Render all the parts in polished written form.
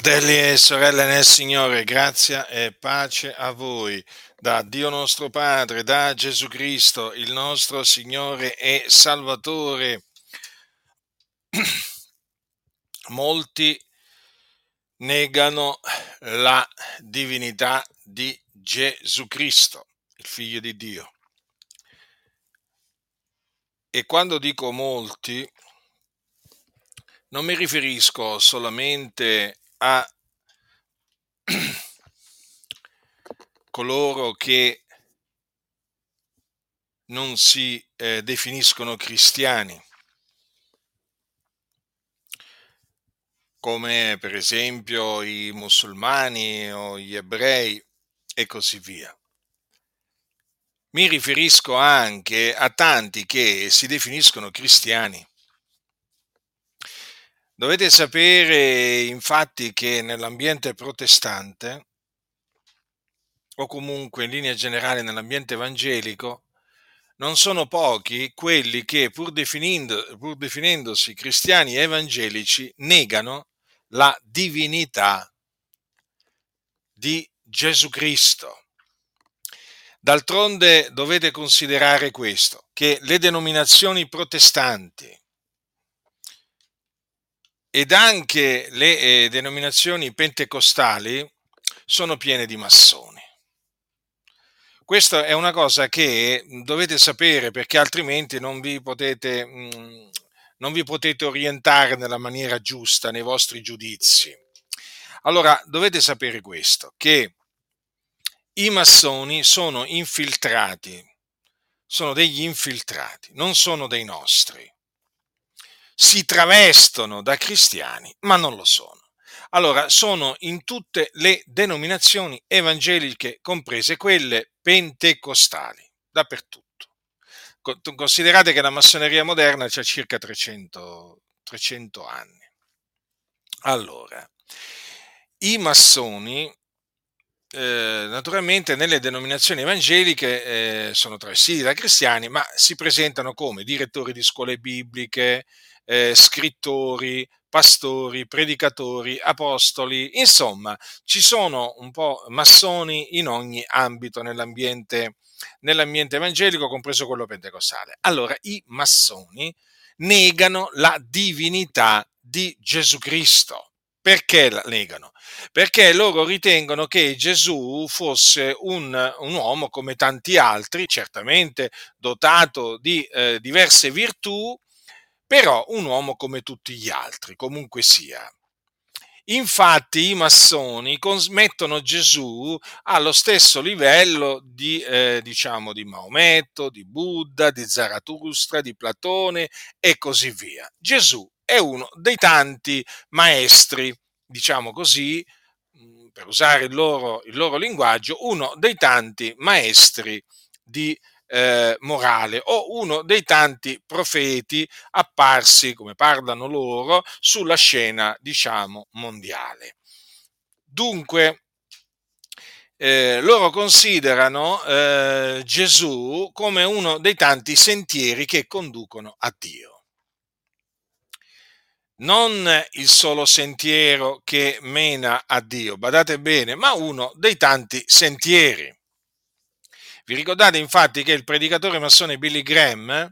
Fratelli e sorelle nel Signore, grazia e pace a voi, da Dio nostro Padre, da Gesù Cristo, il nostro Signore e Salvatore. Molti negano la divinità di Gesù Cristo, il Figlio di Dio. E quando dico molti, non mi riferisco solamente a coloro che non si definiscono cristiani, come per esempio i musulmani o gli ebrei e così via. Mi riferisco anche a tanti che si definiscono cristiani. Dovete sapere infatti che nell'ambiente protestante, o comunque in linea generale nell'ambiente evangelico, non sono pochi quelli che pur definendosi cristiani evangelici negano la divinità di Gesù Cristo. D'altronde dovete considerare questo, che le denominazioni protestanti ed anche le denominazioni pentecostali sono piene di massoni. Questa è una cosa che dovete sapere, perché altrimenti non vi potete orientare nella maniera giusta nei vostri giudizi. Allora, dovete sapere questo, che i massoni sono infiltrati, sono degli infiltrati, non sono dei nostri. Si travestono da cristiani, ma non lo sono. Allora, sono in tutte le denominazioni evangeliche, comprese quelle pentecostali, dappertutto. Considerate che la massoneria moderna c'ha circa 300 anni. Allora, i massoni, naturalmente nelle denominazioni evangeliche sono travestiti da cristiani, ma si presentano come direttori di scuole bibliche, scrittori, pastori, predicatori, apostoli, insomma, ci sono un po' massoni in ogni ambito nell'ambiente evangelico, compreso quello pentecostale. Allora, i massoni negano la divinità di Gesù Cristo. Perché la negano? Perché loro ritengono che Gesù fosse un uomo come tanti altri, certamente dotato di diverse virtù, però un uomo come tutti gli altri, comunque sia. Infatti i massoni mettono Gesù allo stesso livello diciamo, di Maometto, di Buddha, di Zarathustra, di Platone e così via. Gesù è uno dei tanti maestri, diciamo così, per usare il loro linguaggio, uno dei tanti maestri di morale, o uno dei tanti profeti apparsi, come parlano loro, sulla scena, diciamo, mondiale. Dunque, loro considerano Gesù come uno dei tanti sentieri che conducono a Dio. Non il solo sentiero che mena a Dio, badate bene, ma uno dei tanti sentieri. Vi ricordate infatti che il predicatore massone Billy Graham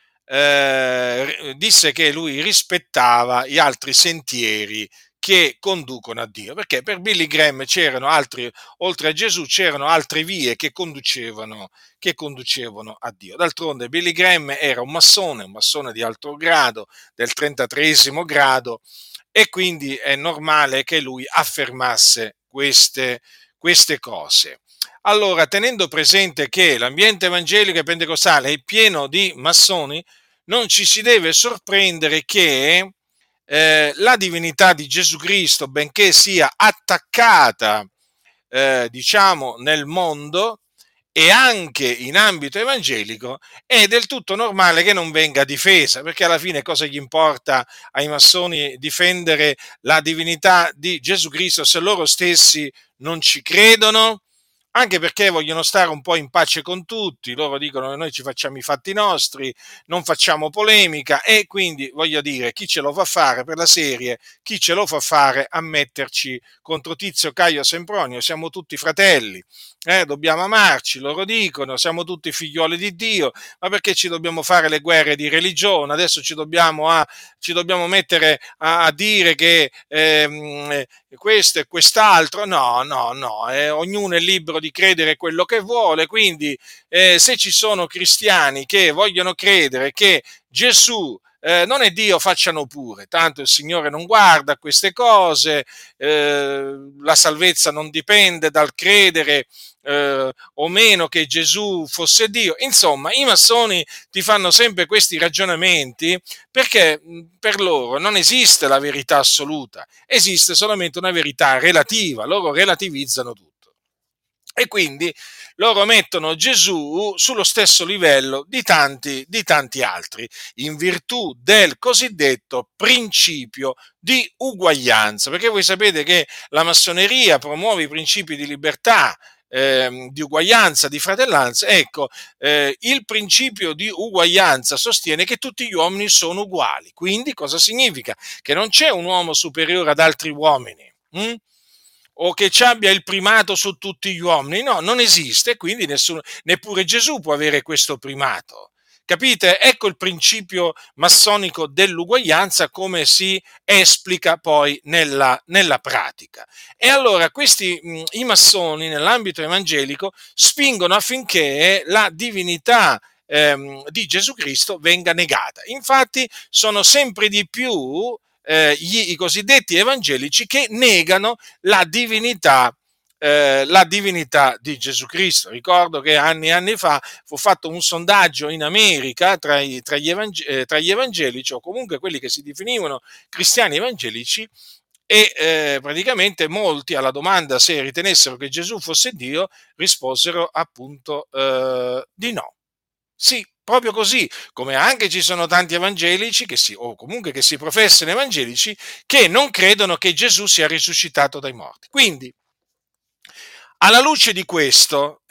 disse che lui rispettava gli altri sentieri che conducono a Dio, perché per Billy Graham c'erano altri, oltre a Gesù, c'erano altre vie che conducevano a Dio. D'altronde Billy Graham era un massone di alto grado, del 33esimo grado, e quindi è normale che lui affermasse queste cose. Allora, tenendo presente che l'ambiente evangelico e pentecostale è pieno di massoni, non ci si deve sorprendere che la divinità di Gesù Cristo, benché sia attaccata, diciamo, nel mondo e anche in ambito evangelico, è del tutto normale che non venga difesa, perché alla fine cosa gli importa ai massoni difendere la divinità di Gesù Cristo se loro stessi non ci credono? anche perché vogliono stare un po' in pace con tutti, loro dicono che noi ci facciamo i fatti nostri, non facciamo polemica e quindi voglio dire, chi ce lo fa fare per la serie, chi ce lo fa fare a metterci contro Tizio, Caio, Sempronio, siamo tutti fratelli, dobbiamo amarci, loro dicono, siamo tutti figlioli di Dio, ma perché ci dobbiamo fare le guerre di religione? Adesso ci dobbiamo mettere a dire che questo e quest'altro, no, no, no, ognuno è libero di credere quello che vuole, quindi se ci sono cristiani che vogliono credere che Gesù non è Dio, facciano pure, tanto il Signore non guarda queste cose, la salvezza non dipende dal credere o meno che Gesù fosse Dio, insomma i massoni ti fanno sempre questi ragionamenti perché per loro non esiste la verità assoluta, esiste solamente una verità relativa, loro relativizzano tutto. E quindi loro mettono Gesù sullo stesso livello di tanti altri, in virtù del cosiddetto principio di uguaglianza, perché voi sapete che la massoneria promuove i principi di libertà, di uguaglianza, di fratellanza. Ecco, il principio di uguaglianza sostiene che tutti gli uomini sono uguali. Quindi cosa significa? Che non c'è un uomo superiore ad altri uomini. O che ci abbia il primato su tutti gli uomini, no, non esiste, quindi neppure Gesù può avere questo primato. Capite? Ecco il principio massonico dell'uguaglianza come si esplica poi nella pratica. E allora i massoni nell'ambito evangelico spingono affinché la divinità di Gesù Cristo venga negata. Infatti sono sempre di più i cosiddetti evangelici che negano la divinità di Gesù Cristo. Ricordo che anni e anni fa fu fatto un sondaggio in America tra gli evangelici, o comunque quelli che si definivano cristiani evangelici, e praticamente molti alla domanda se ritenessero che Gesù fosse Dio risposero appunto di no. Sì, proprio così, come anche ci sono tanti evangelici o comunque che si professano evangelici che non credono che Gesù sia risuscitato dai morti. Quindi, alla luce di questo,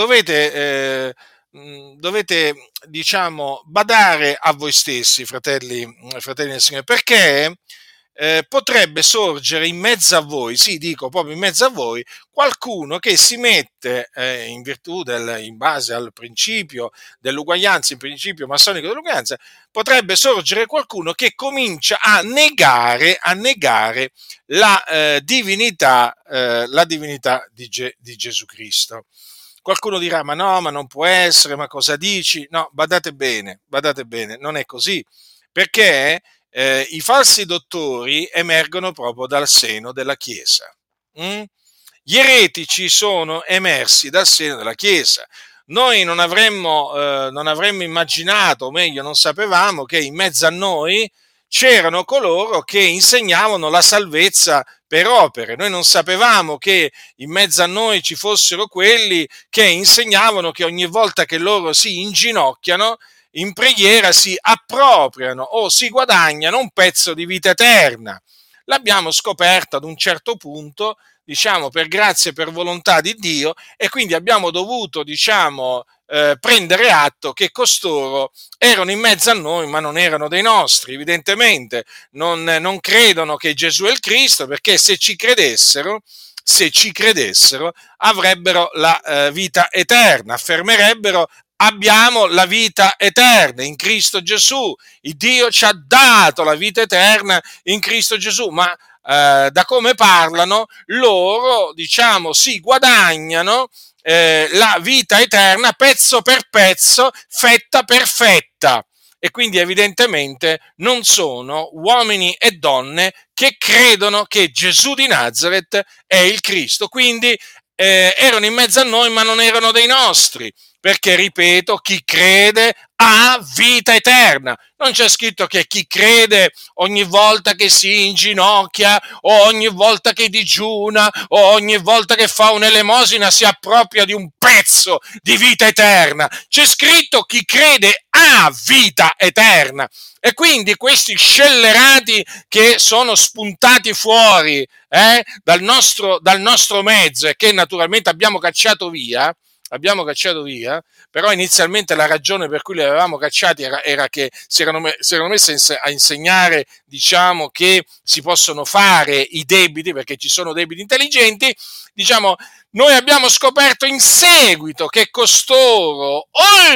dovete, diciamo, badare a voi stessi, fratelli del Signore, perché potrebbe sorgere in mezzo a voi, sì, dico proprio in mezzo a voi, qualcuno che si mette in base al principio dell'uguaglianza, il principio massonico dell'uguaglianza, potrebbe sorgere qualcuno che comincia a negare la divinità di Gesù Cristo. Qualcuno dirà, ma no, ma non può essere, ma cosa dici? No, badate bene, non è così, perché i falsi dottori emergono proprio dal seno della Chiesa. Mm? Gli eretici sono emersi dal seno della Chiesa. Noi non avremmo immaginato, o meglio, non sapevamo che in mezzo a noi c'erano coloro che insegnavano la salvezza per opere. Noi non sapevamo che in mezzo a noi ci fossero quelli che insegnavano che ogni volta che loro si inginocchiano in preghiera si appropriano o si guadagnano un pezzo di vita eterna. L'abbiamo scoperto ad un certo punto, diciamo, per grazia e per volontà di Dio, e quindi abbiamo dovuto, diciamo, prendere atto che costoro erano in mezzo a noi, ma non erano dei nostri, evidentemente. Non credono che Gesù è il Cristo, perché se ci credessero, avrebbero la vita eterna, affermerebbero: abbiamo la vita eterna in Cristo Gesù, il Dio ci ha dato la vita eterna in Cristo Gesù, ma da come parlano loro, diciamo, si guadagnano la vita eterna pezzo per pezzo, fetta per fetta. E quindi evidentemente non sono uomini e donne che credono che Gesù di Nazareth è il Cristo. Quindi erano in mezzo a noi, ma non erano dei nostri, perché, ripeto, chi crede ha vita eterna. Non c'è scritto che chi crede ogni volta che si inginocchia, o ogni volta che digiuna, o ogni volta che fa un'elemosina si appropria di un pezzo di vita eterna. C'è scritto chi crede ha vita eterna. E quindi questi scellerati che sono spuntati fuori dal nostro mezzo e che naturalmente abbiamo cacciato via, però inizialmente la ragione per cui li avevamo cacciati era che si erano messi a insegnare, diciamo, che si possono fare i debiti, perché ci sono debiti intelligenti, diciamo, noi abbiamo scoperto in seguito che costoro,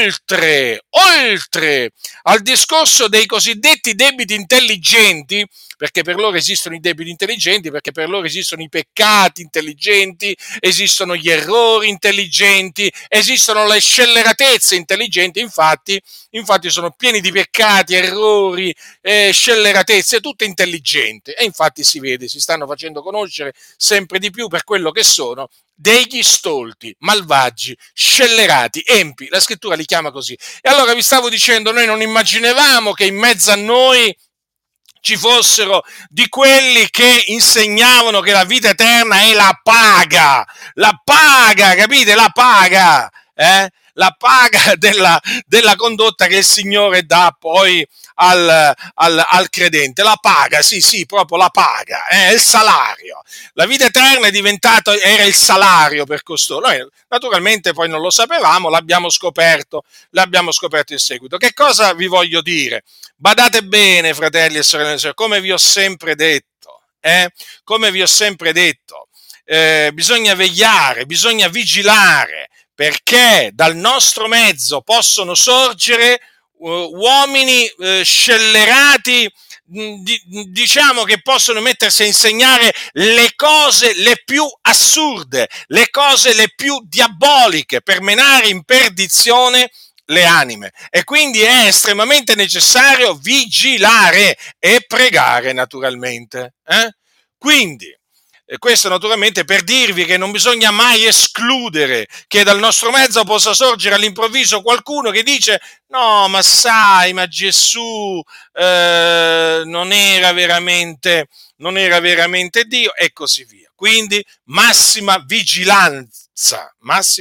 oltre al discorso dei cosiddetti debiti intelligenti, perché per loro esistono i debiti intelligenti, perché per loro esistono i peccati intelligenti, esistono gli errori intelligenti, esistono le scelleratezze intelligenti, infatti sono pieni di peccati, errori, scelleratezze, tutte intelligenti, e infatti si vede, si stanno facendo conoscere sempre di più per quello che sono degli stolti, malvagi, scellerati, empi, la scrittura li chiama così. E allora vi stavo dicendo, noi non immaginavamo che in mezzo a noi ci fossero di quelli che insegnavano che la vita eterna è la paga, capite? La paga della condotta che il Signore dà poi al credente, la paga, sì, proprio la paga, il salario. La vita eterna era il salario per costoro. Noi naturalmente poi non lo sapevamo, l'abbiamo scoperto in seguito. Che cosa vi voglio dire? Badate bene, fratelli e sorelle, come vi ho sempre detto, come vi ho sempre detto, bisogna vegliare, bisogna vigilare, perché dal nostro mezzo possono sorgere uomini scellerati, diciamo che possono mettersi a insegnare le cose le più assurde, le cose le più diaboliche per menare in perdizione le anime, e quindi è estremamente necessario vigilare e pregare naturalmente. Quindi, questo naturalmente per dirvi che non bisogna mai escludere che dal nostro mezzo possa sorgere all'improvviso qualcuno che dice: no, ma sai, ma Gesù non era veramente Dio, e così via. Quindi massima vigilanza,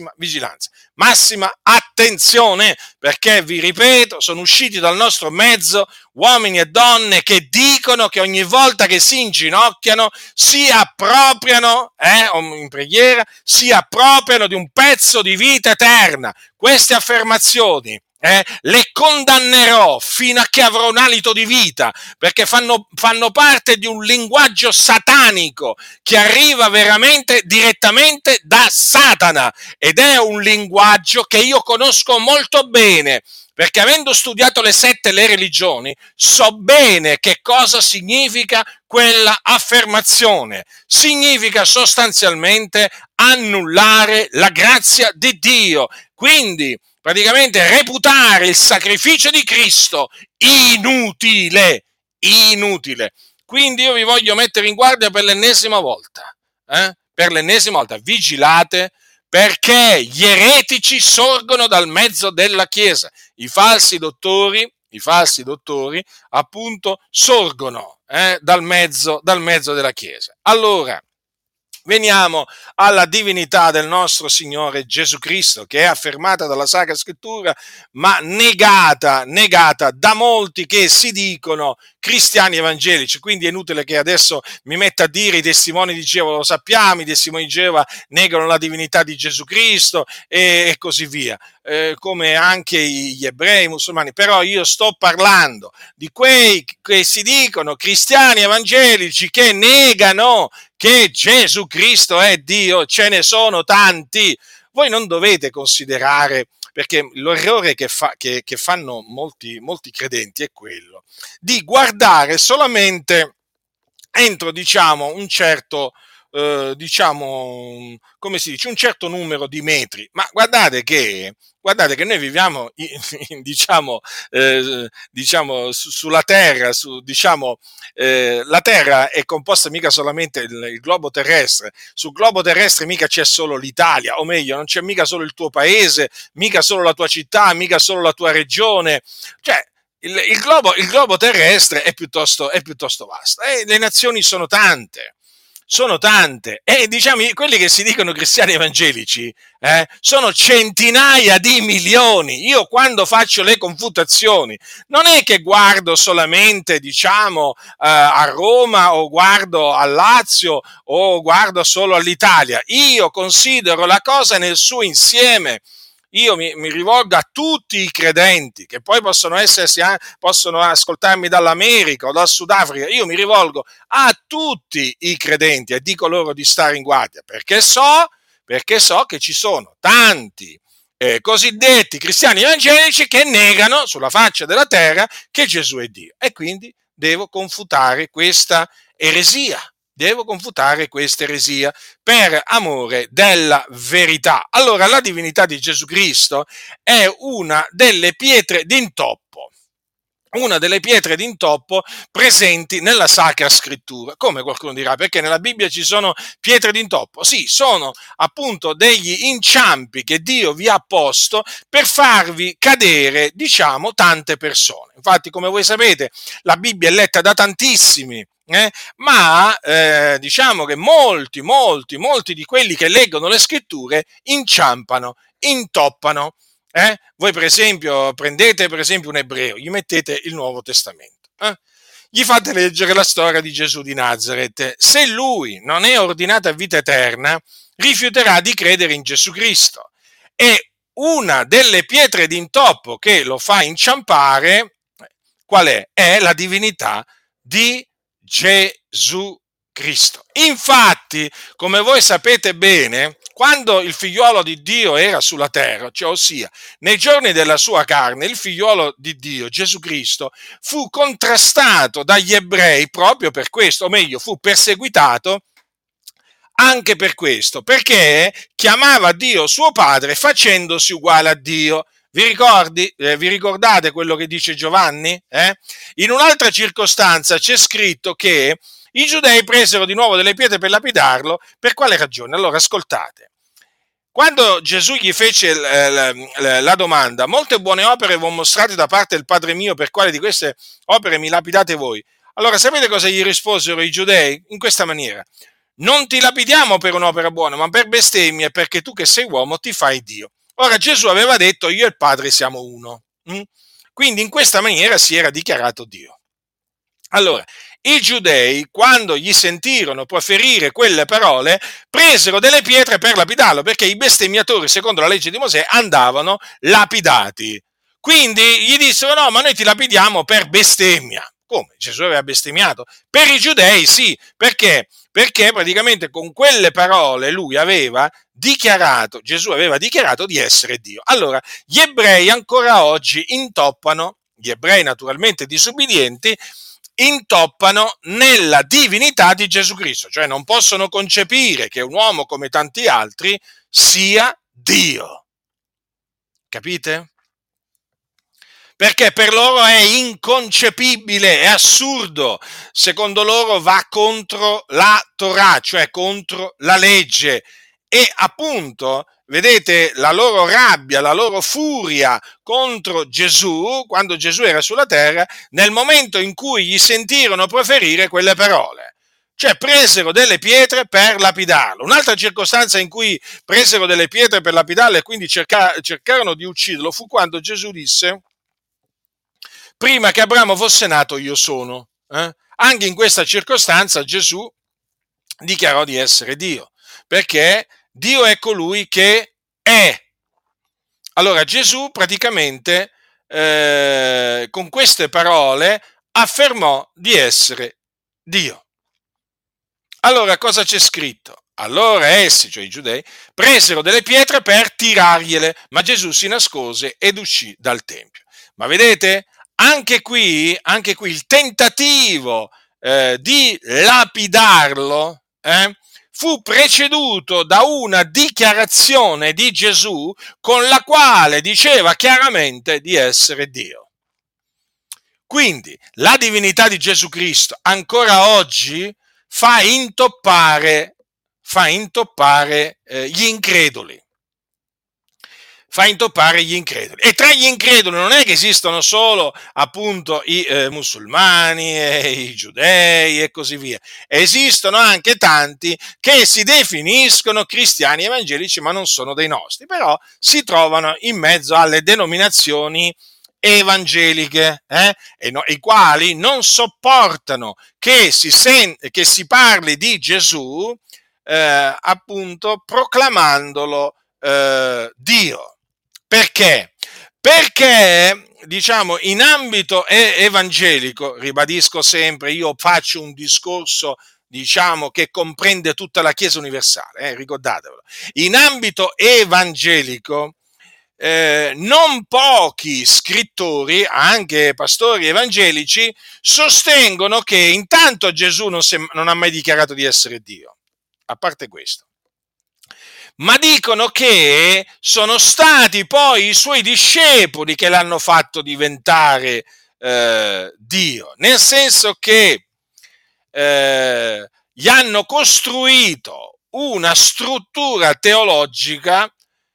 massima attenzione, perché vi ripeto, sono usciti dal nostro mezzo uomini e donne che dicono che ogni volta che si inginocchiano si appropriano, in preghiera, si appropriano di un pezzo di vita eterna. Queste affermazioni le condannerò fino a che avrò un alito di vita, perché fanno parte di un linguaggio satanico che arriva veramente direttamente da Satana, ed è un linguaggio che io conosco molto bene, perché avendo studiato le sette e le religioni, so bene che cosa significa quella affermazione. Significa sostanzialmente annullare la grazia di Dio. Quindi, praticamente, reputare il sacrificio di Cristo inutile. Quindi io vi voglio mettere in guardia per l'ennesima volta. Per l'ennesima volta, vigilate, perché gli eretici sorgono dal mezzo della Chiesa. I falsi dottori, appunto, sorgono dal mezzo della Chiesa. Allora, veniamo alla divinità del nostro Signore Gesù Cristo, che è affermata dalla Sacra Scrittura, ma negata da molti che si dicono cristiani evangelici. Quindi è inutile che adesso mi metta a dire i testimoni di Geova, lo sappiamo, i testimoni di Geova negano la divinità di Gesù Cristo e così via, come anche gli ebrei, i musulmani. Però io sto parlando di quei che si dicono cristiani evangelici, che negano che Gesù Cristo è Dio. Ce ne sono tanti. Voi non dovete considerare, perché l'errore che fanno molti credenti è quello di guardare solamente entro, diciamo, un certo diciamo, come si dice, un certo numero di metri, ma guardate che noi viviamo, diciamo, sulla Terra, diciamo, la Terra è composta mica solamente il globo terrestre, sul globo terrestre mica c'è solo l'Italia, o meglio, non c'è mica solo il tuo paese, mica solo la tua città, mica solo la tua regione, cioè il globo terrestre è piuttosto vasto e le nazioni sono tante e diciamo quelli che si dicono cristiani evangelici sono centinaia di milioni. Io quando faccio le confutazioni non è che guardo solamente diciamo a Roma o guardo al Lazio o guardo solo all'Italia, io considero la cosa nel suo insieme. Io mi rivolgo a tutti i credenti che poi possono ascoltarmi dall'America o dal Sudafrica. Io mi rivolgo a tutti i credenti e dico loro di stare in guardia perché so che ci sono tanti cosiddetti cristiani evangelici che negano sulla faccia della terra che Gesù è Dio e quindi devo confutare questa eresia. Devo confutare questa eresia per amore della verità. Allora, la divinità di Gesù Cristo è una delle pietre d'intoppo presenti nella Sacra Scrittura. Come qualcuno dirà, perché nella Bibbia ci sono pietre d'intoppo? Sì, sono appunto degli inciampi che Dio vi ha posto per farvi cadere, diciamo, tante persone. Infatti, come voi sapete, la Bibbia è letta da tantissimi, ma diciamo che molti di quelli che leggono le scritture inciampano, intoppano. Voi per esempio prendete per esempio un ebreo, gli mettete il Nuovo Testamento, gli fate leggere la storia di Gesù di Nazaret. Se lui non è ordinato a vita eterna, rifiuterà di credere in Gesù Cristo. E una delle pietre d'intoppo che lo fa inciampare, qual è? È la divinità di Gesù Cristo. Infatti, come voi sapete bene, quando il figliuolo di Dio era sulla terra, cioè ossia nei giorni della sua carne, il figliuolo di Dio, Gesù Cristo, fu contrastato dagli ebrei proprio per questo, o meglio, fu perseguitato anche per questo, perché chiamava Dio suo padre facendosi uguale a Dio. Vi ricordate quello che dice Giovanni? In un'altra circostanza c'è scritto che i giudei presero di nuovo delle pietre per lapidarlo. Per quale ragione? Allora, ascoltate. Quando Gesù gli fece la domanda, molte buone opere vi ho mostrate da parte del Padre mio, per quale di queste opere mi lapidate voi? Allora, sapete cosa gli risposero i giudei? In questa maniera: non ti lapidiamo per un'opera buona, ma per bestemmie, perché tu che sei uomo ti fai Dio. Ora Gesù aveva detto: io e il Padre siamo uno. Quindi in questa maniera si era dichiarato Dio. Allora, i giudei, quando gli sentirono proferire quelle parole, presero delle pietre per lapidarlo, perché i bestemmiatori, secondo la legge di Mosè, andavano lapidati. Quindi gli dissero: no, ma noi ti lapidiamo per bestemmia. Come? Gesù aveva bestemmiato? Per i giudei sì, perché? Perché praticamente con quelle parole Gesù aveva dichiarato di essere Dio. Allora, gli ebrei ancora oggi intoppano, gli ebrei naturalmente disubbidienti, intoppano nella divinità di Gesù Cristo, cioè non possono concepire che un uomo come tanti altri sia Dio. Capite? Perché per loro è inconcepibile, è assurdo. Secondo loro va contro la Torah, cioè contro la legge. E appunto, vedete, la loro rabbia, la loro furia contro Gesù, quando Gesù era sulla terra, nel momento in cui gli sentirono proferire quelle parole. Cioè presero delle pietre per lapidarlo. Un'altra circostanza in cui presero delle pietre per lapidarlo e quindi cercarono di ucciderlo fu quando Gesù disse: prima che Abramo fosse nato io sono. Anche in questa circostanza Gesù dichiarò di essere Dio, perché Dio è colui che è. Allora Gesù praticamente con queste parole affermò di essere Dio. Allora cosa c'è scritto? Allora essi, cioè i giudei, presero delle pietre per tirargliele, ma Gesù si nascose ed uscì dal Tempio. Ma vedete, anche qui il tentativo di lapidarlo fu preceduto da una dichiarazione di Gesù con la quale diceva chiaramente di essere Dio. Quindi la divinità di Gesù Cristo ancora oggi fa intoppare gli increduli. Fa intoppare gli increduli. E tra gli increduli non è che esistono solo appunto i musulmani e i giudei e così via. Esistono anche tanti che si definiscono cristiani evangelici ma non sono dei nostri, però si trovano in mezzo alle denominazioni evangeliche, i quali non sopportano che si parli di Gesù appunto proclamandolo Dio. Perché? Perché, diciamo, in ambito evangelico, ribadisco sempre, io faccio un discorso, diciamo, che comprende tutta la Chiesa universale, ricordatevelo. In ambito evangelico, non pochi scrittori, anche pastori evangelici, sostengono che intanto Gesù non ha mai dichiarato di essere Dio, a parte questo, ma dicono che sono stati poi i suoi discepoli che l'hanno fatto diventare Dio, nel senso che gli hanno costruito una struttura teologica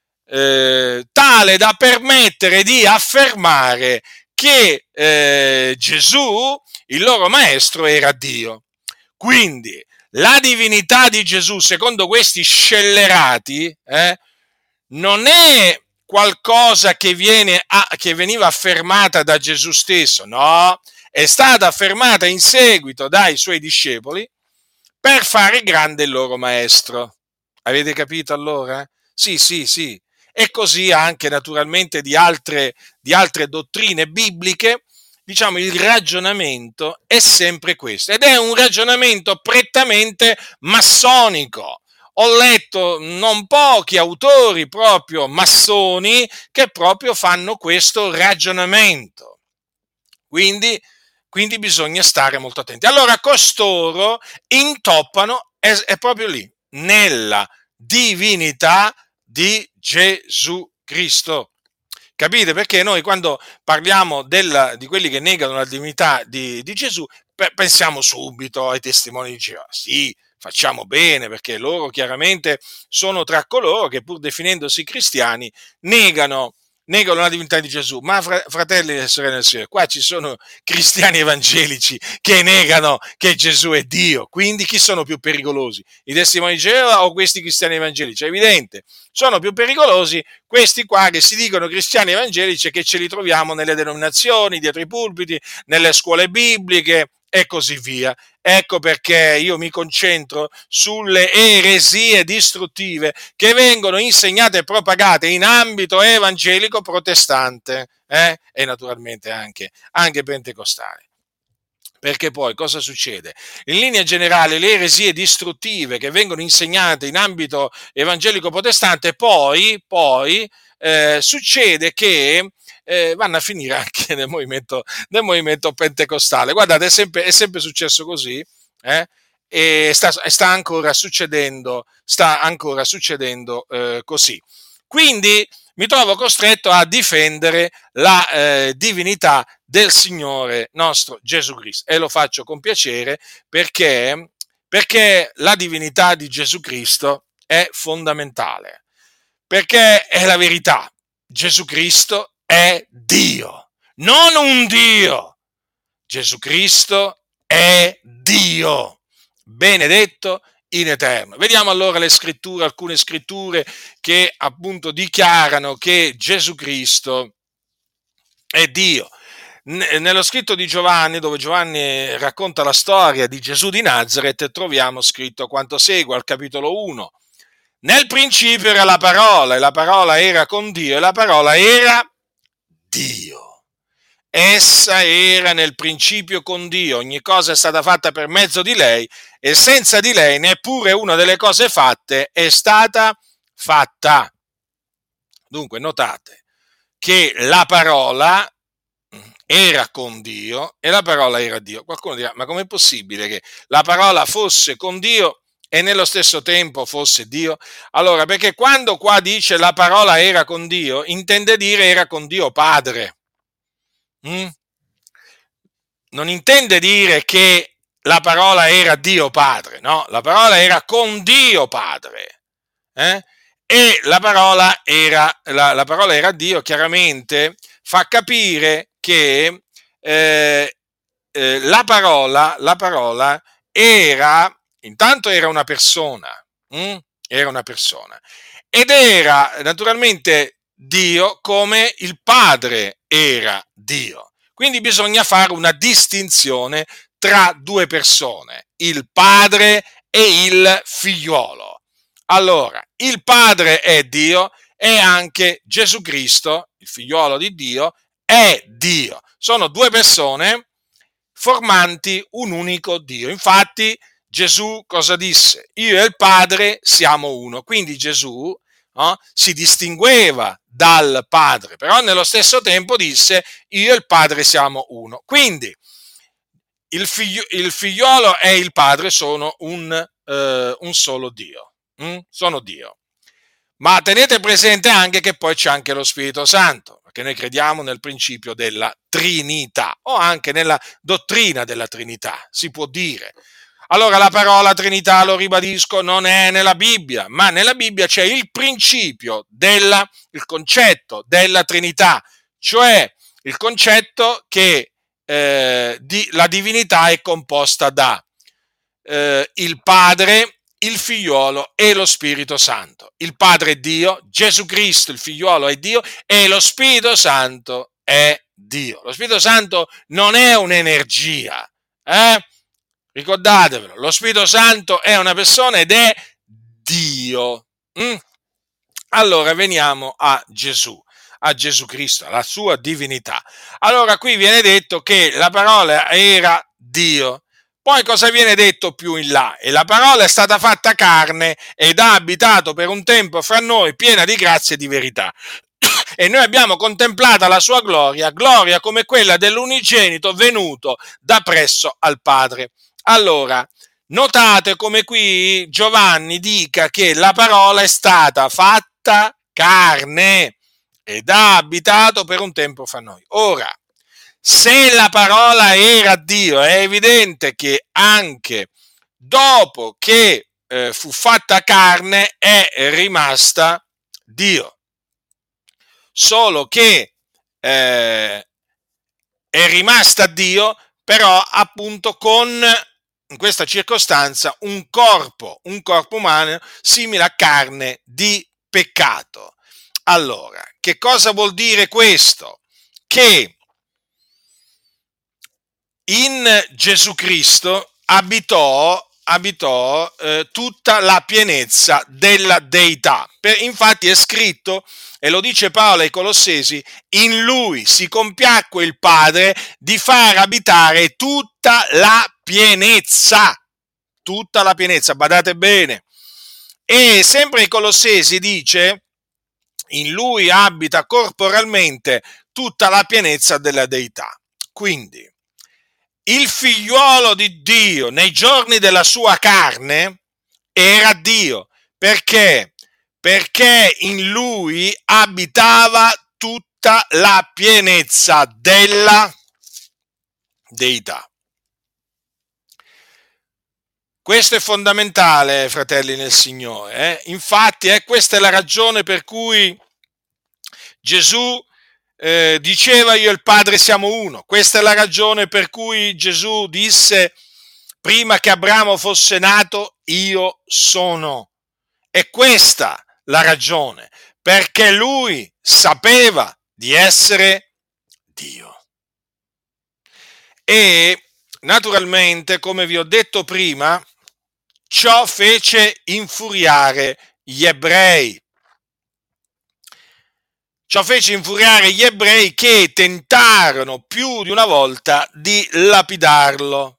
tale da permettere di affermare che Gesù, il loro maestro, era Dio. Quindi la divinità di Gesù, secondo questi scellerati, non è qualcosa che veniva affermata da Gesù stesso, no, è stata affermata in seguito dai suoi discepoli per fare grande il loro maestro. Avete capito allora? Sì, sì, sì. E così anche naturalmente di altre dottrine bibliche, diciamo, il ragionamento è sempre questo, ed è un ragionamento prettamente massonico. Ho letto non pochi autori proprio massoni che proprio fanno questo ragionamento. Quindi bisogna stare molto attenti. Allora costoro intoppano, è proprio lì, nella divinità di Gesù Cristo. Capite? Perché noi quando parliamo di quelli che negano la divinità di Gesù, pensiamo subito ai testimoni di Geova. Sì, facciamo bene, perché loro chiaramente sono tra coloro che, pur definendosi cristiani, negano la divinità di Gesù. Ma fratelli e sorelle del Signore, qua ci sono cristiani evangelici che negano che Gesù è Dio. Quindi chi sono più pericolosi? I testimoni di Geova o questi cristiani evangelici? È evidente, sono più pericolosi questi qua che si dicono cristiani evangelici e che ce li troviamo nelle denominazioni, dietro i pulpiti, nelle scuole bibliche e così via. Ecco perché io mi concentro sulle eresie distruttive che vengono insegnate e propagate in ambito evangelico protestante e naturalmente anche pentecostale. Perché poi cosa succede? In linea generale le eresie distruttive che vengono insegnate in ambito evangelico protestante poi succede che vanno a finire anche nel movimento pentecostale. Guardate, è sempre successo così, e sta ancora succedendo così. Quindi mi trovo costretto a difendere la divinità del Signore nostro Gesù Cristo, e lo faccio con piacere perché la divinità di Gesù Cristo è fondamentale, perché è la verità. Gesù Cristo è Dio, non un Dio. Gesù Cristo è Dio, benedetto in eterno. Vediamo allora alcune scritture che appunto dichiarano che Gesù Cristo è Dio. Nello scritto di Giovanni, dove Giovanni racconta la storia di Gesù di Nazaret, troviamo scritto quanto segue al capitolo 1. Nel principio era la parola, e la parola era con Dio, e la parola era Dio. Essa era nel principio con Dio, ogni cosa è stata fatta per mezzo di lei, e senza di lei neppure una delle cose fatte è stata fatta. Dunque, notate che la parola era con Dio e la parola era Dio. Qualcuno dirà, ma com'è possibile che la parola fosse con Dio e nello stesso tempo fosse Dio? Allora, perché quando qua dice la parola era con Dio, intende dire era con Dio Padre. Mm? Non intende dire che la parola era Dio Padre, no? La parola era con Dio Padre. Eh? E la parola era Dio, chiaramente fa capire che la parola intanto era una persona, hm? Era una persona, ed era naturalmente Dio come il Padre era Dio. Quindi bisogna fare una distinzione tra due persone, il Padre e il Figliolo. Allora, il Padre è Dio e anche Gesù Cristo, il Figliolo di Dio, è Dio. Sono due persone formanti un unico Dio. Infatti Gesù cosa disse? Io e il Padre siamo uno. Quindi Gesù, no, si distingueva dal Padre, però nello stesso tempo disse io e il Padre siamo uno. Quindi il figliolo e il Padre sono un solo Dio. Sono Dio. Ma tenete presente anche che poi c'è anche lo Spirito Santo, perché noi crediamo nel principio della Trinità o anche nella dottrina della Trinità, si può dire. Allora la parola Trinità, lo ribadisco, non è nella Bibbia, ma nella Bibbia c'è il principio il concetto della Trinità, cioè il concetto che la divinità è composta da il Padre, il Figliolo e lo Spirito Santo. Il Padre è Dio, Gesù Cristo, il Figliolo è Dio e lo Spirito Santo è Dio. Lo Spirito Santo non è un'energia, ricordatevelo, lo Spirito Santo è una persona ed è Dio. Allora veniamo a Gesù Cristo, alla sua divinità. Allora qui viene detto che la parola era Dio. Poi cosa viene detto più in là? E la parola è stata fatta carne ed ha abitato per un tempo fra noi, piena di grazia e di verità. E noi abbiamo contemplata la sua gloria, gloria come quella dell'unigenito venuto da presso al Padre. Allora, notate come qui Giovanni dica che la parola è stata fatta carne ed ha abitato per un tempo fra noi. Ora, se la parola era Dio, è evidente che anche dopo che fu fatta carne è rimasta Dio. Solo che è rimasta Dio, però appunto con, in questa circostanza, un corpo umano simile a carne di peccato. Allora, che cosa vuol dire questo? Che in Gesù Cristo abitò tutta la pienezza della deità. Infatti è scritto, e lo dice Paolo ai Colossesi, in lui si compiacque il Padre di far abitare tutta la pienezza, badate bene. E sempre ai Colossesi dice, in lui abita corporalmente tutta la pienezza della deità. Quindi, il figliuolo di Dio nei giorni della sua carne era Dio. Perché? Perché in lui abitava tutta la pienezza della deità. Questo è fondamentale, fratelli nel Signore. Infatti, questa è la ragione per cui Gesù diceva io e il Padre siamo uno. Questa è la ragione per cui Gesù disse prima che Abramo fosse nato io sono. È questa la ragione, perché lui sapeva di essere Dio. E naturalmente, come vi ho detto prima, ciò fece infuriare gli ebrei. Ciò fece infuriare gli ebrei che tentarono più di una volta di lapidarlo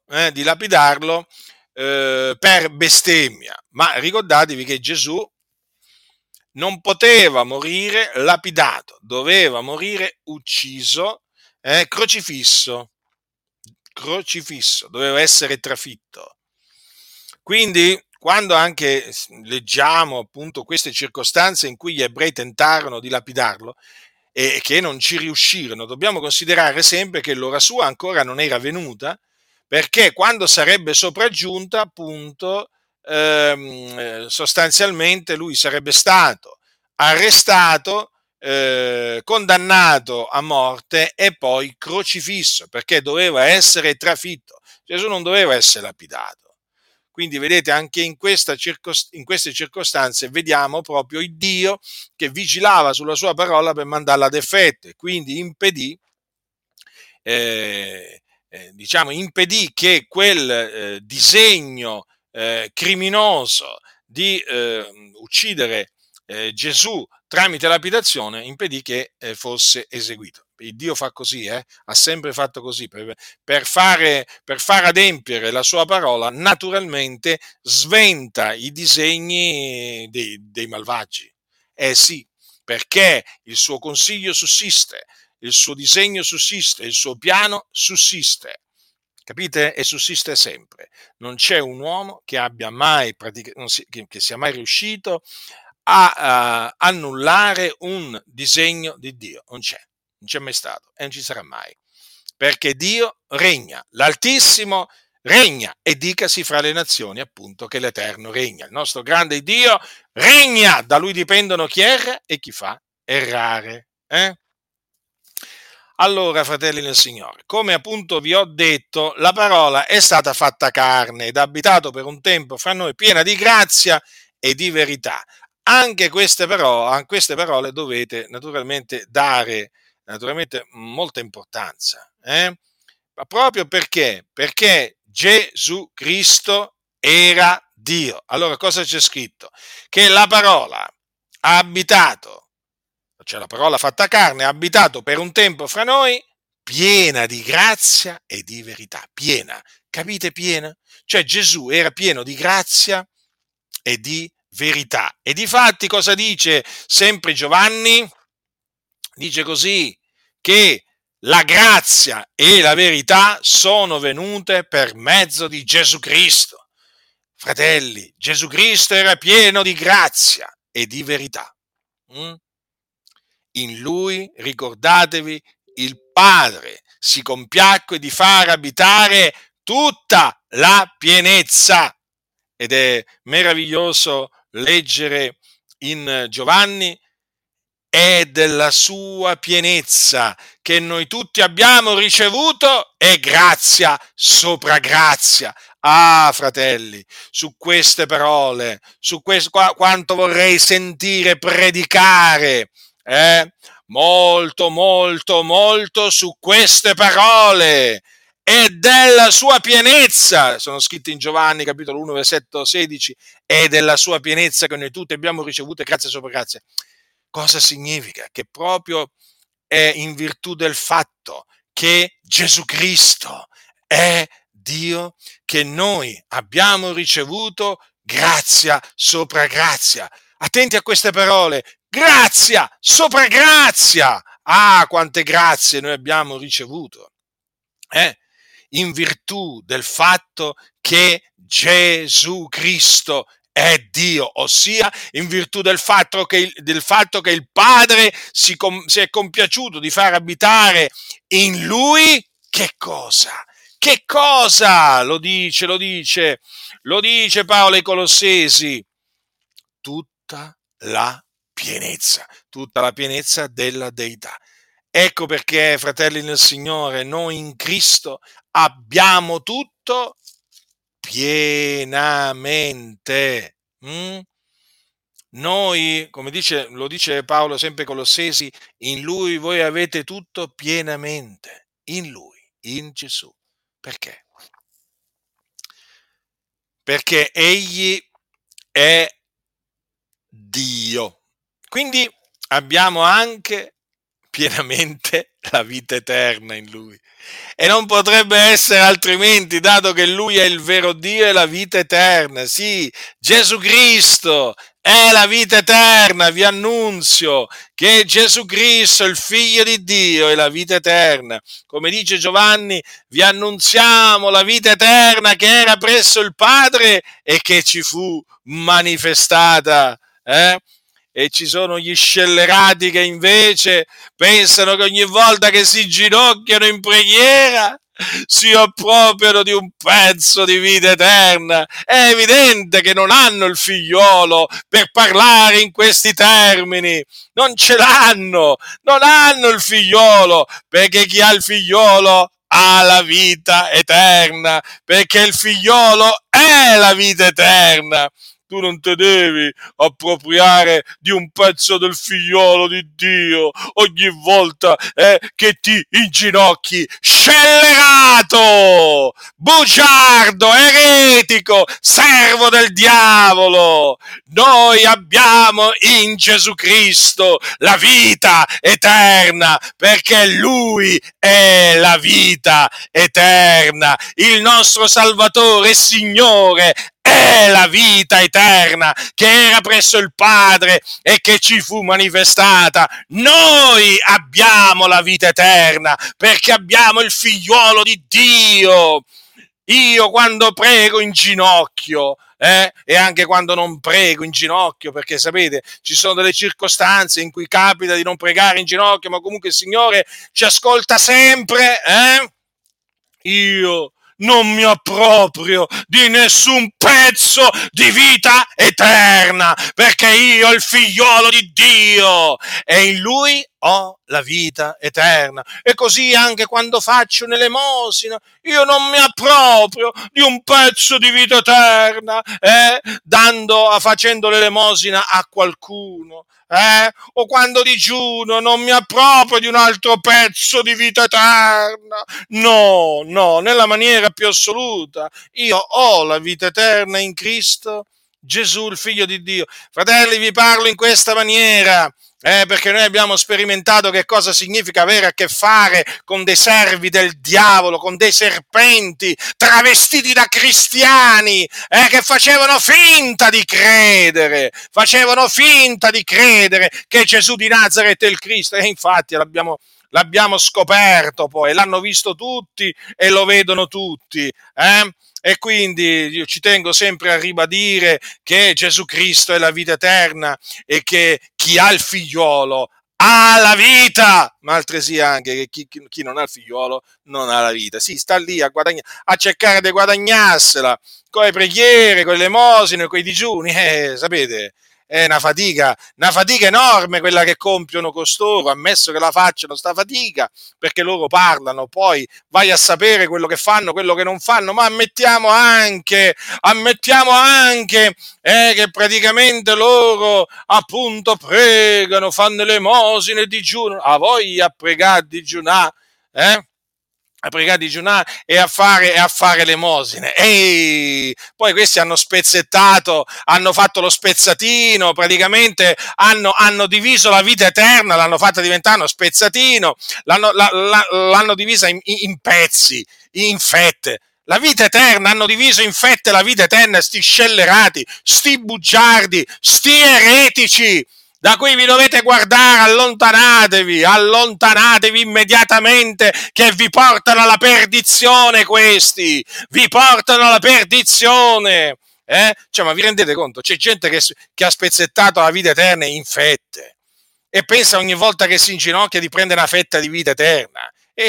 per bestemmia. Ma ricordatevi che Gesù non poteva morire lapidato, doveva morire ucciso, crocifisso, doveva essere trafitto. Quindi quando anche leggiamo appunto queste circostanze in cui gli ebrei tentarono di lapidarlo e che non ci riuscirono, dobbiamo considerare sempre che l'ora sua ancora non era venuta, perché quando sarebbe sopraggiunta, appunto, sostanzialmente lui sarebbe stato arrestato, condannato a morte e poi crocifisso, perché doveva essere trafitto. Gesù non doveva essere lapidato. Quindi vedete, anche in queste circostanze vediamo proprio il Dio che vigilava sulla sua parola per mandarla ad effetto e quindi impedì che quel disegno criminoso di uccidere Gesù tramite lapidazione, impedì che fosse eseguito. Il Dio fa così, ha sempre fatto così, per far adempiere la sua parola, naturalmente sventa i disegni dei malvagi. Sì, perché il suo consiglio sussiste, il suo disegno sussiste, il suo piano sussiste. Capite? E sussiste sempre. Non c'è un uomo che abbia mai che sia mai riuscito a annullare un disegno di Dio. Non c'è mai stato e non ci sarà mai. Perché Dio regna, l'Altissimo regna e dicasi fra le nazioni appunto che l'Eterno regna. Il nostro grande Dio regna, da Lui dipendono chi erra e chi fa errare. Allora, fratelli nel Signore, come appunto vi ho detto, la parola è stata fatta carne ed ha abitato per un tempo fra noi, piena di grazia e di verità. Anche a queste parole dovete naturalmente dare molta importanza, ma proprio perché Gesù Cristo era Dio. Allora cosa c'è scritto? Che la parola ha abitato, cioè la parola fatta carne, ha abitato per un tempo fra noi, piena di grazia e di verità. Piena, capite piena? Cioè Gesù era pieno di grazia e di verità. E difatti cosa dice sempre Giovanni? Dice così, che la grazia e la verità sono venute per mezzo di Gesù Cristo. Fratelli, Gesù Cristo era pieno di grazia e di verità. In lui, ricordatevi, il Padre si compiacque di far abitare tutta la pienezza. Ed è meraviglioso leggere in Giovanni: è della sua pienezza che noi tutti abbiamo ricevuto e grazia sopra grazia. Ah, fratelli, su queste parole, quanto vorrei sentire predicare, molto, molto, molto su queste parole. E della sua pienezza, sono scritte in Giovanni capitolo 1 versetto 16, e della sua pienezza che noi tutti abbiamo ricevuto grazia sopra grazia. Cosa significa? Che proprio è in virtù del fatto che Gesù Cristo è Dio che noi abbiamo ricevuto grazia sopra grazia. Attenti a queste parole, grazia sopra grazia. Ah, quante grazie noi abbiamo ricevuto. In virtù del fatto che Gesù Cristo è Dio, ossia in virtù del fatto che il Padre si è compiaciuto di far abitare in Lui che cosa? Che cosa? Lo dice Paolo ai Colossesi, tutta la pienezza della Deità. Ecco perché, fratelli nel Signore, noi in Cristo abbiamo tutto pienamente. Noi, come lo dice Paolo sempre ai Colossesi, in Lui voi avete tutto pienamente. In Lui, in Gesù. Perché? Perché Egli è Dio. Quindi abbiamo anche pienamente la vita eterna in Lui. E non potrebbe essere altrimenti, dato che Lui è il vero Dio e la vita eterna. Sì, Gesù Cristo è la vita eterna. Vi annunzio che Gesù Cristo, il Figlio di Dio, è la vita eterna. Come dice Giovanni, vi annunziamo la vita eterna che era presso il Padre e che ci fu manifestata. E ci sono gli scellerati che invece pensano che ogni volta che si ginocchiano in preghiera si appropriano di un pezzo di vita eterna. È evidente che non hanno il figliolo per parlare in questi termini. Non ce l'hanno, non hanno il figliolo, perché chi ha il figliolo ha la vita eterna, perché il figliolo è la vita eterna. Tu non te devi appropriare di un pezzo del figliolo di Dio ogni volta che ti inginocchi. Scellerato, bugiardo, eretico, servo del diavolo. Noi abbiamo in Gesù Cristo la vita eterna, perché Lui è la vita eterna. Il nostro Salvatore e Signore è la vita eterna che era presso il Padre e che ci fu manifestata. Noi abbiamo la vita eterna perché abbiamo il figliuolo di Dio. Io quando prego in ginocchio, e anche quando non prego in ginocchio, perché sapete, ci sono delle circostanze in cui capita di non pregare in ginocchio, ma comunque il Signore ci ascolta sempre, io non mi approprio di nessun pezzo di vita eterna, perché io, il figliolo di Dio, e in Lui ho la vita eterna. E così anche quando faccio un'elemosina, io non mi approprio di un pezzo di vita eterna, facendo l'elemosina a qualcuno. O quando digiuno non mi approprio di un altro pezzo di vita eterna. No, no, nella maniera più assoluta. Io ho la vita eterna in Cristo Gesù, il Figlio di Dio. Fratelli, vi parlo in questa maniera, perché noi abbiamo sperimentato che cosa significa avere a che fare con dei servi del diavolo, con dei serpenti travestiti da cristiani, che facevano finta di credere che Gesù di Nazaret è il Cristo, e infatti l'abbiamo scoperto poi, l'hanno visto tutti e lo vedono tutti, E quindi io ci tengo sempre a ribadire che Gesù Cristo è la vita eterna e che chi ha il figliolo ha la vita, ma altresì anche che chi non ha il figliolo non ha la vita. Si sta lì a cercare di guadagnarsela con le preghiere, con le elemosine, con i digiuni, sapete, è una fatica enorme quella che compiono costoro, ammesso che la facciano sta fatica, perché loro parlano, poi vai a sapere quello che fanno, quello che non fanno, ma ammettiamo anche che praticamente loro appunto pregano, fanno elemosine e digiunano, a voglia a pregare, digiunare, a pregare, digiunare e a fare l'emosine. E poi questi hanno fatto lo spezzatino, praticamente hanno diviso la vita eterna, l'hanno fatta diventare uno spezzatino, l'hanno divisa in pezzi, in fette. La vita eterna, hanno diviso in fette la vita eterna, sti scellerati, sti bugiardi, sti eretici, da cui vi dovete guardare. Allontanatevi immediatamente, che vi portano alla perdizione. Questi vi portano alla perdizione. Cioè, ma vi rendete conto? C'è gente che ha spezzettato la vita eterna in fette e pensa ogni volta che si inginocchia di prendere una fetta di vita eterna.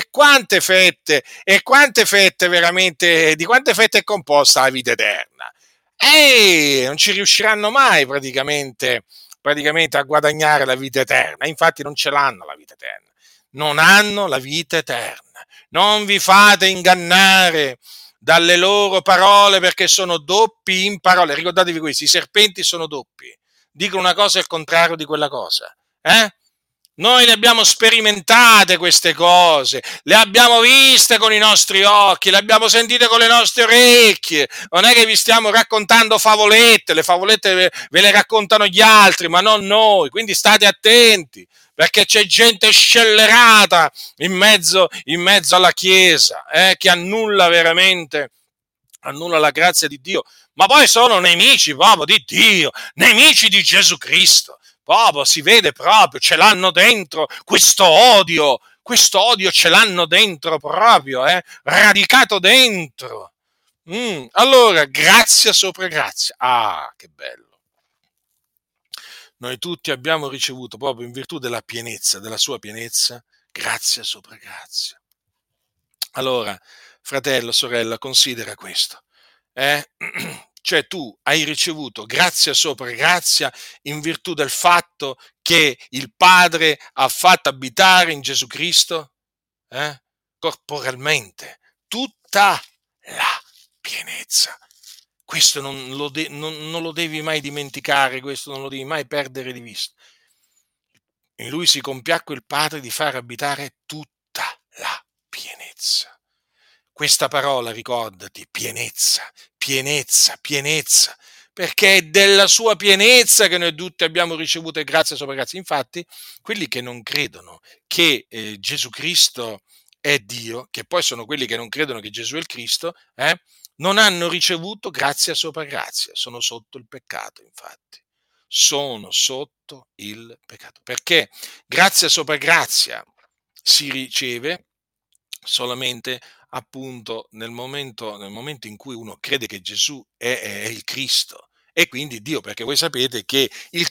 E quante fette veramente, di quante fette è composta la vita eterna? Non ci riusciranno mai praticamente a guadagnare la vita eterna. Infatti non ce l'hanno la vita eterna. Non hanno la vita eterna. Non vi fate ingannare dalle loro parole, perché sono doppi in parole. Ricordatevi questo, i serpenti sono doppi. Dicono una cosa e il contrario di quella cosa. Noi le abbiamo sperimentate queste cose, le abbiamo viste con i nostri occhi, le abbiamo sentite con le nostre orecchie. Non è che vi stiamo raccontando favolette, le favolette ve le raccontano gli altri, ma non noi. Quindi state attenti, perché c'è gente scellerata in mezzo alla Chiesa, che annulla la grazia di Dio, ma poi sono nemici proprio di Dio, nemici di Gesù Cristo. Proprio si vede proprio, ce l'hanno dentro questo odio ce l'hanno dentro proprio, radicato dentro. Allora, grazia sopra grazia. Ah, che bello. Noi tutti abbiamo ricevuto proprio in virtù della pienezza, della sua pienezza, grazia sopra grazia. Allora, fratello, sorella, considera questo. Eh? Cioè tu hai ricevuto grazia sopra grazia in virtù del fatto che il Padre ha fatto abitare in Gesù Cristo, corporalmente, tutta la pienezza. Questo non lo devi mai dimenticare, questo non lo devi mai perdere di vista. In lui si compiacque il Padre di far abitare tutta la pienezza. Questa parola, ricordati, pienezza, pienezza, pienezza, perché è della sua pienezza che noi tutti abbiamo ricevuto grazia sopra grazia. Infatti, quelli che non credono che Gesù Cristo è Dio, che poi sono quelli che non credono che Gesù è il Cristo, non hanno ricevuto grazia sopra grazia, sono sotto il peccato, infatti. Sono sotto il peccato. Perché grazia sopra grazia si riceve solamente appunto nel momento in cui uno crede che Gesù è il Cristo e quindi Dio, perché voi sapete che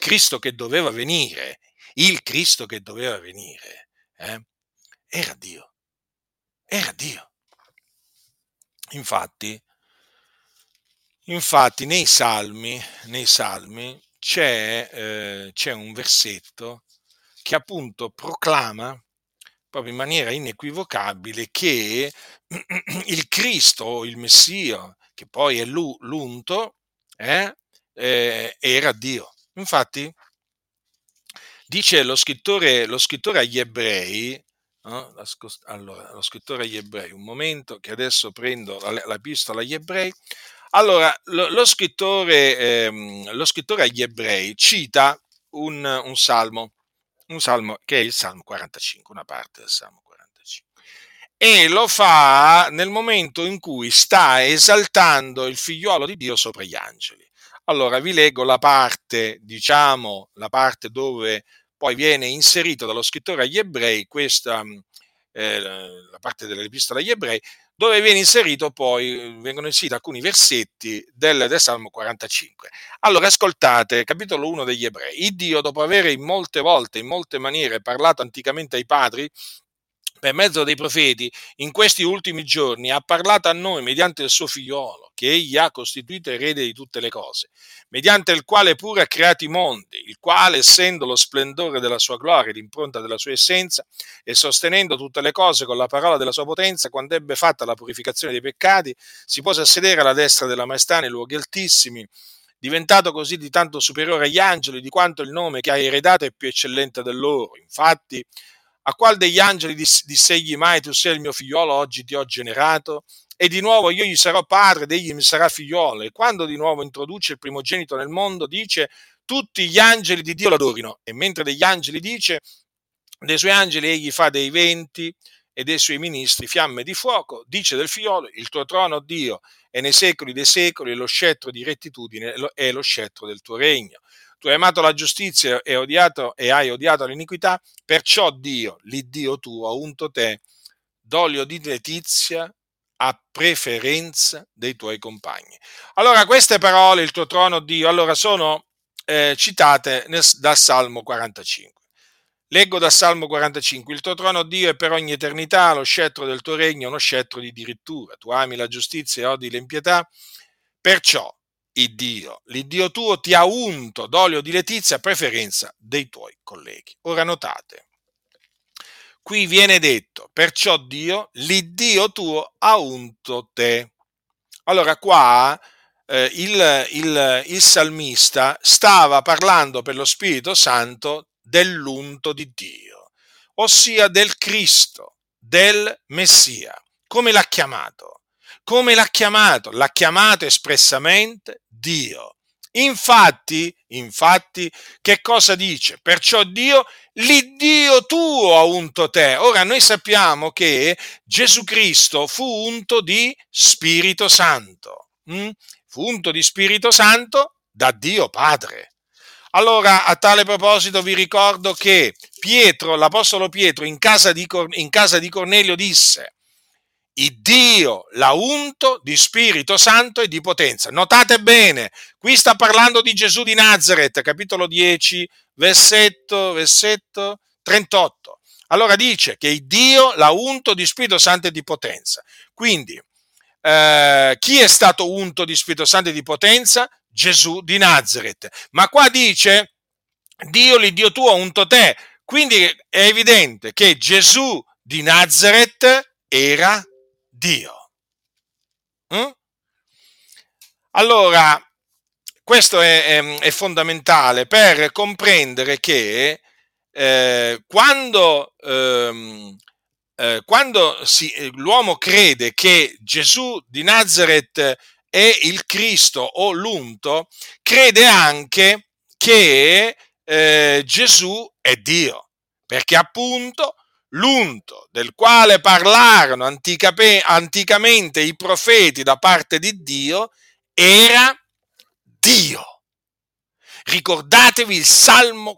il Cristo che doveva venire, era Dio, era Dio. Infatti, infatti nei Salmi c'è un versetto che appunto proclama proprio in maniera inequivocabile che il Cristo, il Messia, che poi è l'unto, era Dio. Infatti, dice lo scrittore agli ebrei, no? Allora, lo scrittore agli ebrei, un momento che adesso prendo la epistola agli ebrei. Allora, lo scrittore agli ebrei cita un salmo che è il Salmo 45, una parte del Salmo 45. E lo fa nel momento in cui sta esaltando il figliuolo di Dio sopra gli angeli. Allora vi leggo la parte, diciamo, la parte dove poi viene inserito dallo scrittore agli ebrei la parte dell'epistola agli ebrei, dove vengono inseriti alcuni versetti del Salmo 45. Allora, ascoltate, capitolo 1 degli ebrei. Il Dio, dopo avere in molte volte, in molte maniere, parlato anticamente ai padri, per mezzo dei profeti, in questi ultimi giorni ha parlato a noi mediante il suo figliolo, che egli ha costituito erede di tutte le cose, mediante il quale pure ha creato i mondi, il quale, essendo lo splendore della sua gloria, l'impronta della sua essenza, e sostenendo tutte le cose con la parola della sua potenza, quando ebbe fatta la purificazione dei peccati, si pose a sedere alla destra della maestà nei luoghi altissimi, diventato così di tanto superiore agli angeli, di quanto il nome che ha eredato è più eccellente del loro. Infatti, a qual degli angeli diss'egli mai, tu sei il mio figliolo, oggi ti ho generato? E di nuovo io gli sarò padre ed egli mi sarà figliolo. E quando di nuovo introduce il primogenito nel mondo, dice, tutti gli angeli di Dio l'adorino. E mentre degli angeli dice, dei suoi angeli egli fa dei venti e dei suoi ministri fiamme di fuoco, dice del figliolo, il tuo trono, Dio, è nei secoli dei secoli, e lo scettro di rettitudine è lo scettro del tuo regno. Tu hai amato la giustizia e hai odiato l'iniquità, perciò Dio, l'Iddio tuo, ha unto te d'olio di letizia a preferenza dei tuoi compagni. Allora, queste parole, il tuo trono, Dio, allora sono citate dal Salmo 45. Leggo dal Salmo 45, il tuo trono, Dio, è per ogni eternità, lo scettro del tuo regno è uno scettro di dirittura. Tu ami la giustizia e odi l'impietà, perciò l'Iddio tuo ti ha unto d'olio di letizia a preferenza dei tuoi colleghi. Ora notate, qui viene detto, perciò Dio, l'Iddio tuo ha unto te. Allora qua il salmista stava parlando per lo Spirito Santo dell'unto di Dio, ossia del Cristo, del Messia. Come l'ha chiamato? Come l'ha chiamato? L'ha chiamato espressamente Dio. Infatti, che cosa dice? Perciò Dio, l'Iddio tuo ha unto te. Ora noi sappiamo che Gesù Cristo fu unto di Spirito Santo. fu unto di Spirito Santo da Dio Padre. Allora, a tale proposito vi ricordo che Pietro, l'Apostolo Pietro, in casa di Cornelio disse: il Dio l'ha unto di Spirito Santo e di potenza. Notate bene, qui sta parlando di Gesù di Nazaret, capitolo 10, versetto 38. Allora dice che il Dio l'ha unto di Spirito Santo e di potenza. Quindi, chi è stato unto di Spirito Santo e di potenza? Gesù di Nazaret. Ma qua dice: Dio, l'Iddio tuo, ha unto te. Quindi è evidente che Gesù di Nazaret era Dio. Mm? Allora, questo è fondamentale per comprendere che quando l'uomo crede che Gesù di Nazaret è il Cristo o l'unto, crede anche che Gesù è Dio, perché appunto l'unto del quale parlarono anticamente i profeti da parte di Dio era Dio. Ricordatevi il Salmo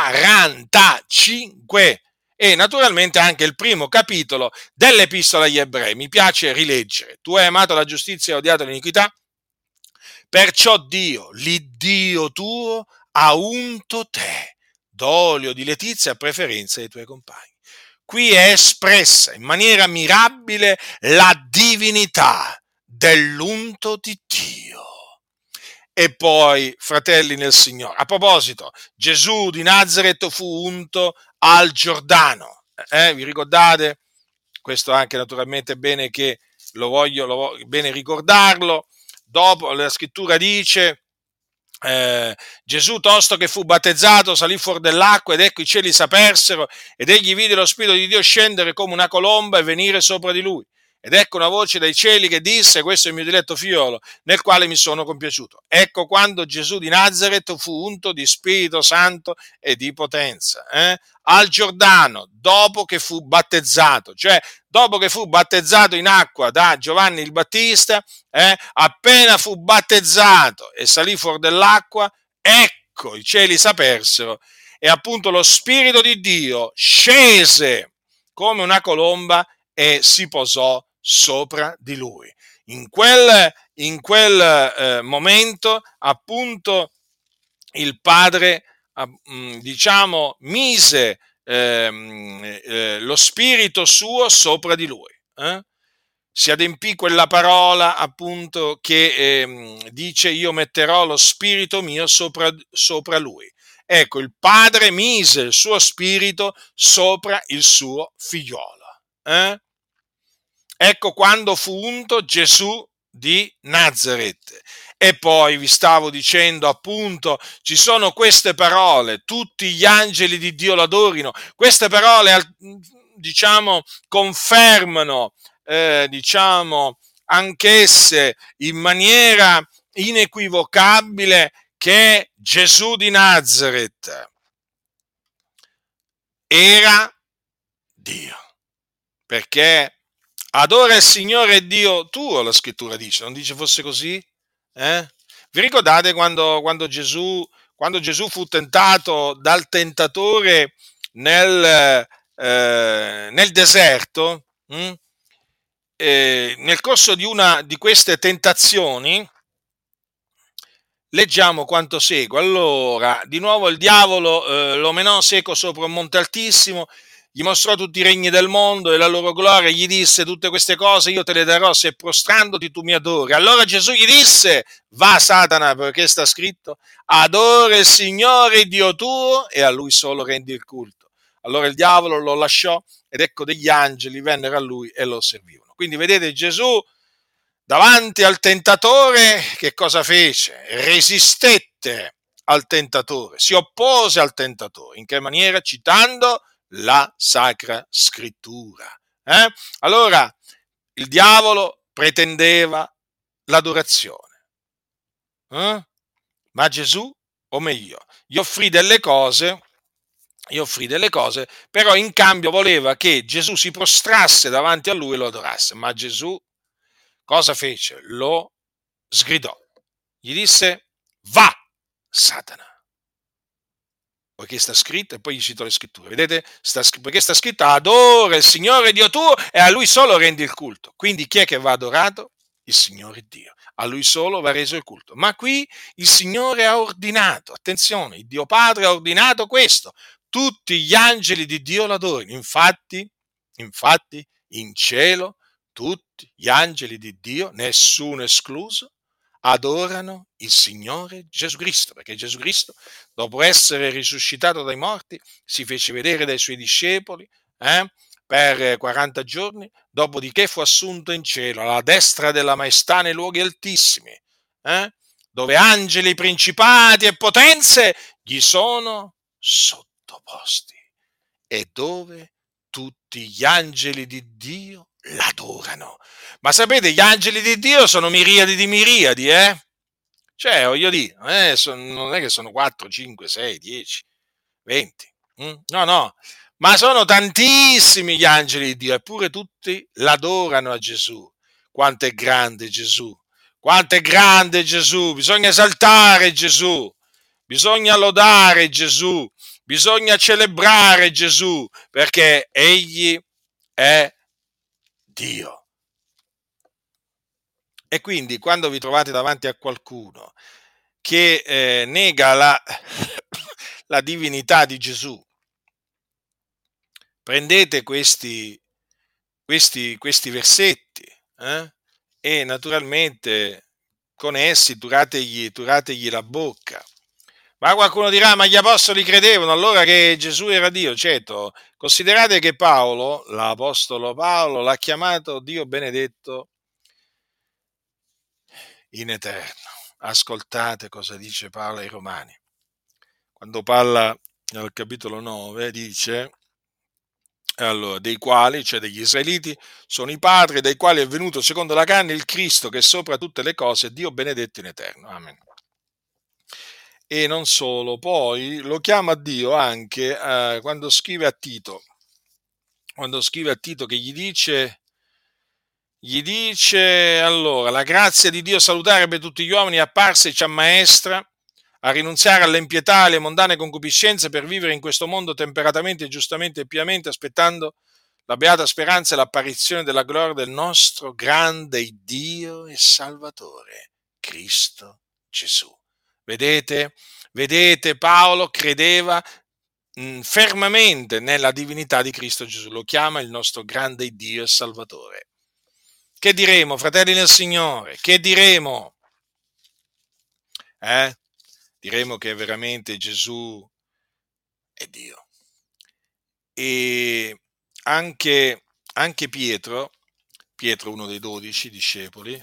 45 e naturalmente anche il primo capitolo dell'Epistola agli Ebrei. Mi piace rileggere. Tu hai amato la giustizia e odiato l'iniquità? Perciò Dio, l'Iddio tuo, ha unto te d'olio di letizia a preferenza dei tuoi compagni. Qui è espressa in maniera mirabile la divinità dell'unto di Dio. E poi, fratelli nel Signore, a proposito, Gesù di Nazaret fu unto al Giordano. Vi ricordate? Questo anche naturalmente è bene che lo voglio bene ricordarlo. Dopo la scrittura dice: Gesù, tosto che fu battezzato, salì fuori dell'acqua ed ecco i cieli s'apersero ed egli vide lo Spirito di Dio scendere come una colomba e venire sopra di lui. Ed ecco una voce dai cieli che disse: questo è il mio diletto figliolo, nel quale mi sono compiaciuto. Ecco quando Gesù di Nazaret fu unto di Spirito Santo e di potenza, al Giordano, dopo che fu battezzato, cioè dopo che fu battezzato in acqua da Giovanni il Battista, appena fu battezzato e salì fuori dell'acqua, ecco i cieli s'apersero e appunto lo Spirito di Dio scese come una colomba e si posò sopra di lui. In quel momento appunto il Padre mise lo Spirito suo sopra di lui. Si adempì quella parola appunto che dice: io metterò lo Spirito mio sopra lui. Ecco, il Padre mise il suo Spirito sopra il suo figliolo. Ecco quando fu unto Gesù di Nazaret. E poi vi stavo dicendo appunto, ci sono queste parole, tutti gli angeli di Dio l'adorino. Queste parole, diciamo, confermano, anch'esse in maniera inequivocabile che Gesù di Nazaret era Dio. Perché adora il Signore Dio tuo, la scrittura dice, non dice fosse così? Vi ricordate quando Gesù fu tentato dal tentatore nel deserto? Nel corso di una di queste tentazioni, leggiamo quanto segue. Allora, di nuovo il diavolo lo menò seco sopra un monte altissimo, gli mostrò tutti i regni del mondo e la loro gloria, gli disse: tutte queste cose io te le darò se prostrandoti tu mi adori. Allora Gesù gli disse: va Satana, perché sta scritto: adora il Signore Dio tuo e a lui solo rendi il culto. Allora il diavolo lo lasciò ed ecco degli angeli vennero a lui e lo servivano. Quindi vedete, Gesù davanti al tentatore che cosa fece? Resistette al tentatore, si oppose al tentatore. In che maniera? Citando la Sacra Scrittura. Allora, il diavolo pretendeva l'adorazione, ma Gesù, o meglio, gli offrì delle cose, però in cambio voleva che Gesù si prostrasse davanti a lui e lo adorasse, ma Gesù cosa fece? Lo sgridò. Gli disse: va, Satana. Poiché sta scritto, e poi gli cito le scritture, vedete? Poiché sta scritto: adora il Signore Dio tuo e a Lui solo rendi il culto. Quindi chi è che va adorato? Il Signore Dio. A Lui solo va reso il culto. Ma qui il Signore ha ordinato, attenzione, il Dio Padre ha ordinato questo: tutti gli angeli di Dio l'adorino. Infatti, in cielo, tutti gli angeli di Dio, nessuno escluso, adorano il Signore Gesù Cristo, perché Gesù Cristo, dopo essere risuscitato dai morti, si fece vedere dai suoi discepoli per 40 giorni, dopodiché fu assunto in cielo alla destra della maestà nei luoghi altissimi, dove angeli, principati e potenze gli sono sottoposti e dove tutti gli angeli di Dio l'adorano. Ma sapete, gli angeli di Dio sono miriadi di miriadi, eh? Cioè, voglio dire, non è che sono 4, 5, 6, 10, 20. No, no, ma sono tantissimi gli angeli di Dio, eppure tutti l'adorano a Gesù. Quanto è grande Gesù! Quanto è grande Gesù! Bisogna esaltare Gesù, bisogna lodare Gesù, bisogna celebrare Gesù, perché Egli è Dio. E quindi quando vi trovate davanti a qualcuno che nega la divinità di Gesù, prendete questi versetti e naturalmente con essi turategli la bocca. Ma qualcuno dirà: ma gli apostoli credevano allora che Gesù era Dio? Certo, considerate che Paolo, l'apostolo Paolo, l'ha chiamato Dio benedetto in eterno. Ascoltate cosa dice Paolo ai Romani. Quando parla nel capitolo 9 dice: allora, dei quali, cioè degli israeliti, sono i padri, dai quali è venuto secondo la carne il Cristo che è sopra tutte le cose, Dio benedetto in eterno. Amen. E non solo, poi lo chiama Dio anche quando scrive a Tito che gli dice allora: la grazia di Dio salutare per tutti gli uomini è apparsa e ci ammaestra a rinunziare all'impietà e alle mondane concupiscenze per vivere in questo mondo temperatamente, giustamente e piamente, aspettando la beata speranza e l'apparizione della gloria del nostro grande Dio e Salvatore, Cristo Gesù. Vedete? Vedete, Paolo credeva fermamente nella divinità di Cristo Gesù, lo chiama il nostro grande Dio e Salvatore. Che diremo, fratelli nel Signore? Che diremo? Diremo che veramente Gesù è Dio. E anche Pietro, uno dei 12 discepoli,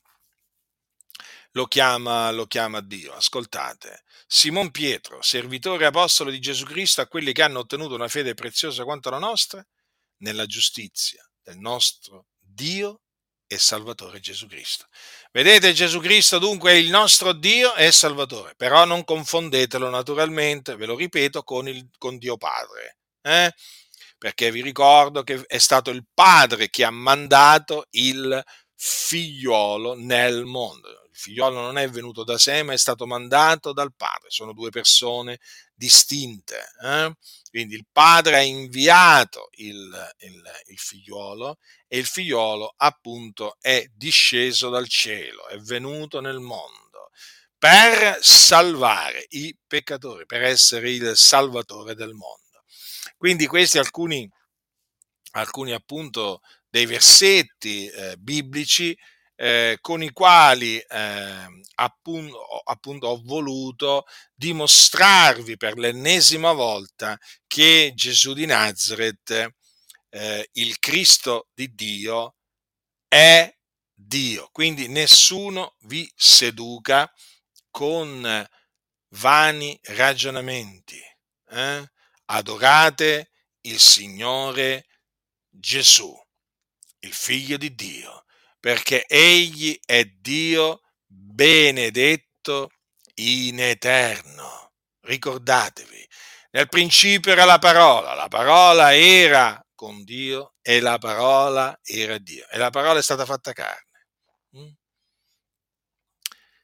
lo chiama Dio. Ascoltate: Simon Pietro, servitore e apostolo di Gesù Cristo, a quelli che hanno ottenuto una fede preziosa quanto la nostra, nella giustizia del nostro Dio e Salvatore Gesù Cristo. Vedete, Gesù Cristo dunque è il nostro Dio e Salvatore, però non confondetelo naturalmente, ve lo ripeto, con Dio Padre. Perché vi ricordo che è stato il Padre che ha mandato il figliolo nel mondo. Il figliolo non è venuto da sé, ma è stato mandato dal Padre. Sono due persone distinte. Quindi il Padre ha inviato il figliolo e il figliolo appunto è disceso dal cielo, è venuto nel mondo per salvare i peccatori, per essere il Salvatore del mondo. Quindi questi alcuni appunto dei versetti biblici con i quali appunto ho voluto dimostrarvi per l'ennesima volta che Gesù di Nazaret, il Cristo di Dio, è Dio. Quindi nessuno vi seduca con vani ragionamenti. Adorate il Signore Gesù, il Figlio di Dio, perché Egli è Dio benedetto in eterno. Ricordatevi, nel principio era la parola era con Dio e la parola era Dio, e la parola è stata fatta carne.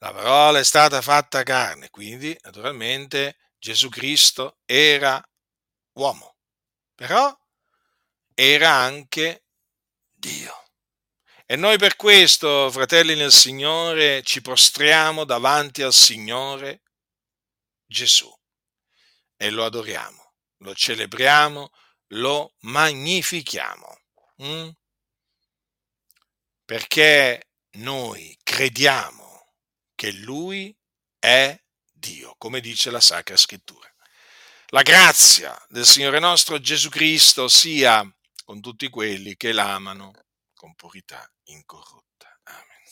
La parola è stata fatta carne, quindi naturalmente Gesù Cristo era uomo, però era anche Dio. E noi per questo, fratelli nel Signore, ci prostriamo davanti al Signore Gesù e lo adoriamo, lo celebriamo, lo magnifichiamo. mm? Perché noi crediamo che Lui è Dio, come dice la Sacra Scrittura. La grazia del Signore nostro Gesù Cristo sia con tutti quelli che l'amano con purità incorrotta. Amen.